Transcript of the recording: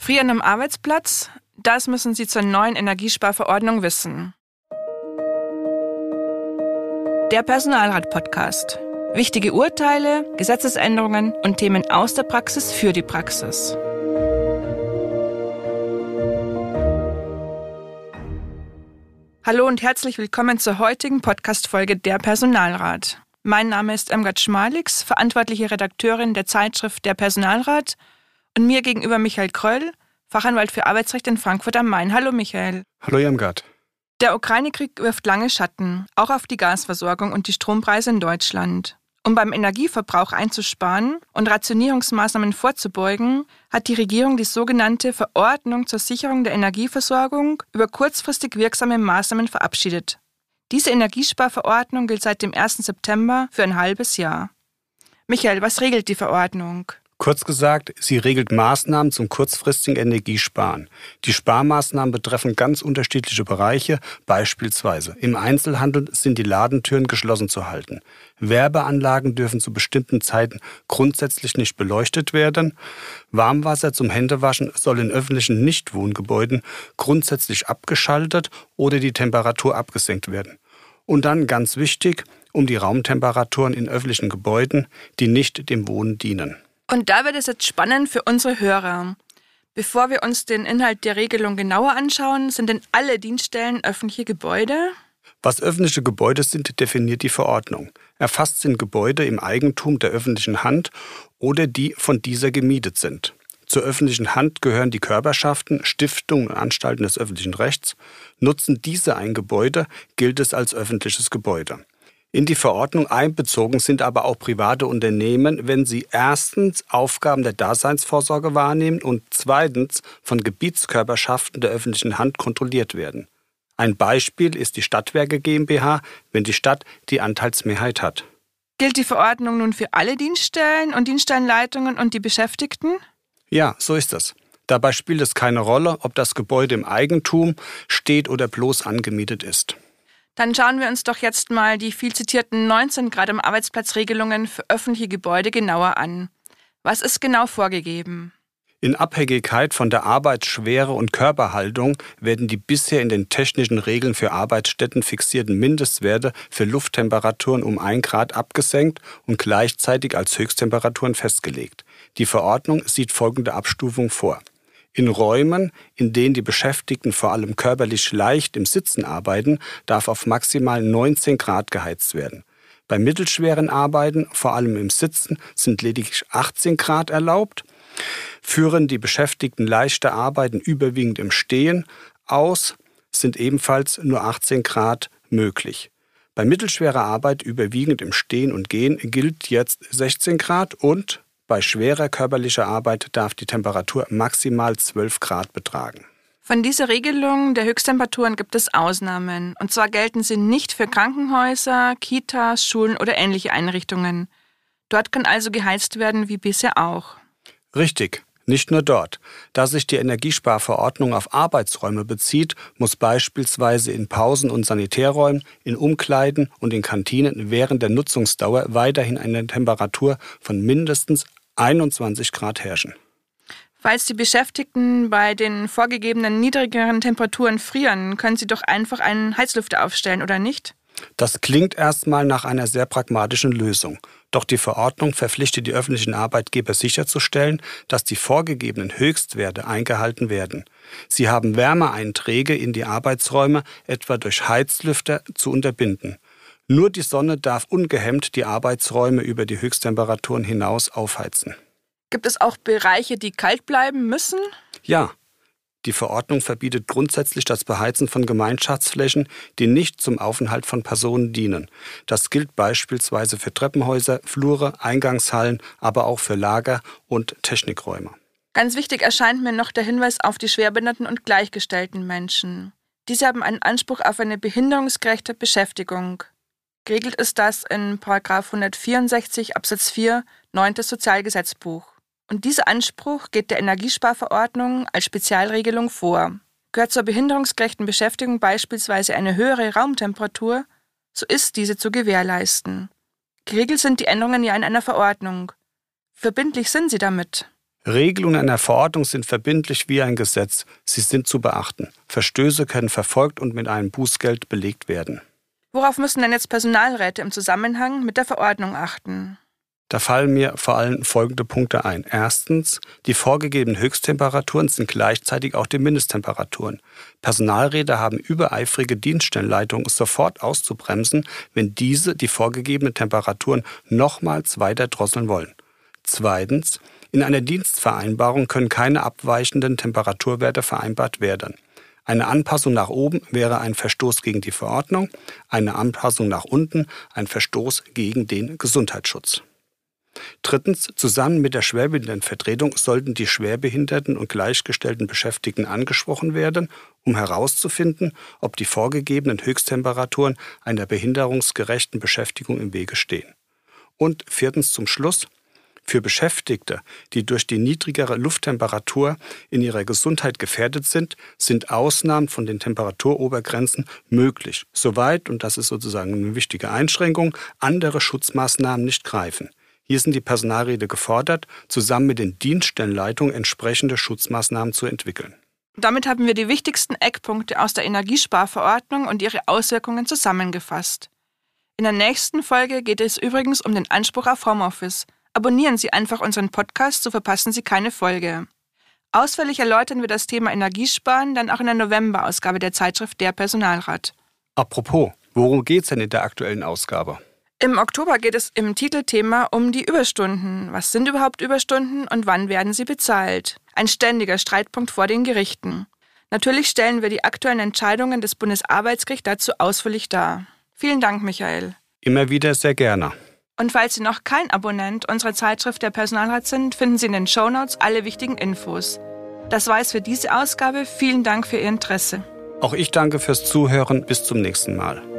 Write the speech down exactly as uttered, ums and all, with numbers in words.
Frieren am Arbeitsplatz? Das müssen Sie zur neuen Energiesparverordnung wissen. Der Personalrat-Podcast. Wichtige Urteile, Gesetzesänderungen und Themen aus der Praxis für die Praxis. Hallo und herzlich willkommen zur heutigen Podcast-Folge Der Personalrat. Mein Name ist Irmgard Schmalix, verantwortliche Redakteurin der Zeitschrift Der Personalrat, und mir gegenüber Michael Kröll, Fachanwalt für Arbeitsrecht in Frankfurt am Main. Hallo Michael. Hallo Irmgard. Der Ukraine-Krieg wirft lange Schatten, auch auf die Gasversorgung und die Strompreise in Deutschland. Um beim Energieverbrauch einzusparen und Rationierungsmaßnahmen vorzubeugen, hat die Regierung die sogenannte Verordnung zur Sicherung der Energieversorgung über kurzfristig wirksame Maßnahmen verabschiedet. Diese Energiesparverordnung gilt seit dem ersten September für ein halbes Jahr. Michael, was regelt die Verordnung? Kurz gesagt, sie regelt Maßnahmen zum kurzfristigen Energiesparen. Die Sparmaßnahmen betreffen ganz unterschiedliche Bereiche, beispielsweise im Einzelhandel sind die Ladentüren geschlossen zu halten. Werbeanlagen dürfen zu bestimmten Zeiten grundsätzlich nicht beleuchtet werden. Warmwasser zum Händewaschen soll in öffentlichen Nichtwohngebäuden grundsätzlich abgeschaltet oder die Temperatur abgesenkt werden. Und dann ganz wichtig, um die Raumtemperaturen in öffentlichen Gebäuden, die nicht dem Wohnen dienen. Und da wird es jetzt spannend für unsere Hörer. Bevor wir uns den Inhalt der Regelung genauer anschauen, sind denn alle Dienststellen öffentliche Gebäude? Was öffentliche Gebäude sind, definiert die Verordnung. Erfasst sind Gebäude im Eigentum der öffentlichen Hand oder die von dieser gemietet sind. Zur öffentlichen Hand gehören die Körperschaften, Stiftungen und Anstalten des öffentlichen Rechts. Nutzen diese ein Gebäude, gilt es als öffentliches Gebäude. In die Verordnung einbezogen sind aber auch private Unternehmen, wenn sie erstens Aufgaben der Daseinsvorsorge wahrnehmen und zweitens von Gebietskörperschaften der öffentlichen Hand kontrolliert werden. Ein Beispiel ist die Stadtwerke GmbH, wenn die Stadt die Anteilsmehrheit hat. Gilt die Verordnung nun für alle Dienststellen und Dienststellenleitungen und die Beschäftigten? Ja, so ist es. Dabei spielt es keine Rolle, ob das Gebäude im Eigentum steht oder bloß angemietet ist. Dann schauen wir uns doch jetzt mal die viel zitierten neunzehn Grad am Arbeitsplatz-Regelungen für öffentliche Gebäude genauer an. Was ist genau vorgegeben? In Abhängigkeit von der Arbeitsschwere und Körperhaltung werden die bisher in den technischen Regeln für Arbeitsstätten fixierten Mindestwerte für Lufttemperaturen um ein Grad abgesenkt und gleichzeitig als Höchsttemperaturen festgelegt. Die Verordnung sieht folgende Abstufung vor. In Räumen, in denen die Beschäftigten vor allem körperlich leicht im Sitzen arbeiten, darf auf maximal neunzehn Grad geheizt werden. Bei mittelschweren Arbeiten, vor allem im Sitzen, sind lediglich achtzehn Grad erlaubt. Führen die Beschäftigten leichte Arbeiten überwiegend im Stehen aus, sind ebenfalls nur achtzehn Grad möglich. Bei mittelschwerer Arbeit überwiegend im Stehen und Gehen gilt jetzt sechzehn Grad und bei schwerer körperlicher Arbeit darf die Temperatur maximal zwölf Grad betragen. Von dieser Regelung der Höchsttemperaturen gibt es Ausnahmen. Und zwar gelten sie nicht für Krankenhäuser, Kitas, Schulen oder ähnliche Einrichtungen. Dort kann also geheizt werden wie bisher auch. Richtig, nicht nur dort. Da sich die Energiesparverordnung auf Arbeitsräume bezieht, muss beispielsweise in Pausen- und Sanitärräumen, in Umkleiden und in Kantinen während der Nutzungsdauer weiterhin eine Temperatur von mindestens einundzwanzig Grad herrschen. Falls die Beschäftigten bei den vorgegebenen niedrigeren Temperaturen frieren, können sie doch einfach einen Heizlüfter aufstellen, oder nicht? Das klingt erstmal nach einer sehr pragmatischen Lösung. Doch die Verordnung verpflichtet die öffentlichen Arbeitgeber sicherzustellen, dass die vorgegebenen Höchstwerte eingehalten werden. Sie haben Wärmeeinträge in die Arbeitsräume etwa durch Heizlüfter zu unterbinden. Nur die Sonne darf ungehemmt die Arbeitsräume über die Höchsttemperaturen hinaus aufheizen. Gibt es auch Bereiche, die kalt bleiben müssen? Ja. Die Verordnung verbietet grundsätzlich das Beheizen von Gemeinschaftsflächen, die nicht zum Aufenthalt von Personen dienen. Das gilt beispielsweise für Treppenhäuser, Flure, Eingangshallen, aber auch für Lager- und Technikräume. Ganz wichtig erscheint mir noch der Hinweis auf die schwerbehinderten und gleichgestellten Menschen. Diese haben einen Anspruch auf eine behinderungsgerechte Beschäftigung. Geregelt ist das in Paragraph hundertvierundsechzig Absatz vier, neuntes Sozialgesetzbuch. Und dieser Anspruch geht der Energiesparverordnung als Spezialregelung vor. Gehört zur behinderungsgerechten Beschäftigung beispielsweise eine höhere Raumtemperatur, so ist diese zu gewährleisten. Geregelt sind die Änderungen ja in einer Verordnung. Verbindlich sind sie damit. Regelungen einer Verordnung sind verbindlich wie ein Gesetz. Sie sind zu beachten. Verstöße können verfolgt und mit einem Bußgeld belegt werden. Worauf müssen denn jetzt Personalräte im Zusammenhang mit der Verordnung achten? Da fallen mir vor allem folgende Punkte ein. Erstens, die vorgegebenen Höchsttemperaturen sind gleichzeitig auch die Mindesttemperaturen. Personalräte haben übereifrige Dienststellenleitungen sofort auszubremsen, wenn diese die vorgegebenen Temperaturen nochmals weiter drosseln wollen. Zweitens, in einer Dienstvereinbarung können keine abweichenden Temperaturwerte vereinbart werden. Eine Anpassung nach oben wäre ein Verstoß gegen die Verordnung, eine Anpassung nach unten ein Verstoß gegen den Gesundheitsschutz. Drittens, zusammen mit der Schwerbehindertenvertretung sollten die schwerbehinderten und gleichgestellten Beschäftigten angesprochen werden, um herauszufinden, ob die vorgegebenen Höchsttemperaturen einer behinderungsgerechten Beschäftigung im Wege stehen. Und viertens zum Schluss, für Beschäftigte, die durch die niedrigere Lufttemperatur in ihrer Gesundheit gefährdet sind, sind Ausnahmen von den Temperaturobergrenzen möglich, soweit, und das ist sozusagen eine wichtige Einschränkung, andere Schutzmaßnahmen nicht greifen. Hier sind die Personalräte gefordert, zusammen mit den Dienststellenleitungen entsprechende Schutzmaßnahmen zu entwickeln. Damit haben wir die wichtigsten Eckpunkte aus der Energiesparverordnung und ihre Auswirkungen zusammengefasst. In der nächsten Folge geht es übrigens um den Anspruch auf Homeoffice. Abonnieren Sie einfach unseren Podcast, so verpassen Sie keine Folge. Ausführlich erläutern wir das Thema Energiesparen dann auch in der November-Ausgabe der Zeitschrift Der Personalrat. Apropos, worum geht es denn in der aktuellen Ausgabe? Im Oktober geht es im Titelthema um die Überstunden. Was sind überhaupt Überstunden und wann werden sie bezahlt? Ein ständiger Streitpunkt vor den Gerichten. Natürlich stellen wir die aktuellen Entscheidungen des Bundesarbeitsgerichts dazu ausführlich dar. Vielen Dank, Michael. Immer wieder sehr gerne. Und falls Sie noch kein Abonnent unserer Zeitschrift Der Personalrat sind, finden Sie in den Shownotes alle wichtigen Infos. Das war es für diese Ausgabe. Vielen Dank für Ihr Interesse. Auch ich danke fürs Zuhören. Bis zum nächsten Mal.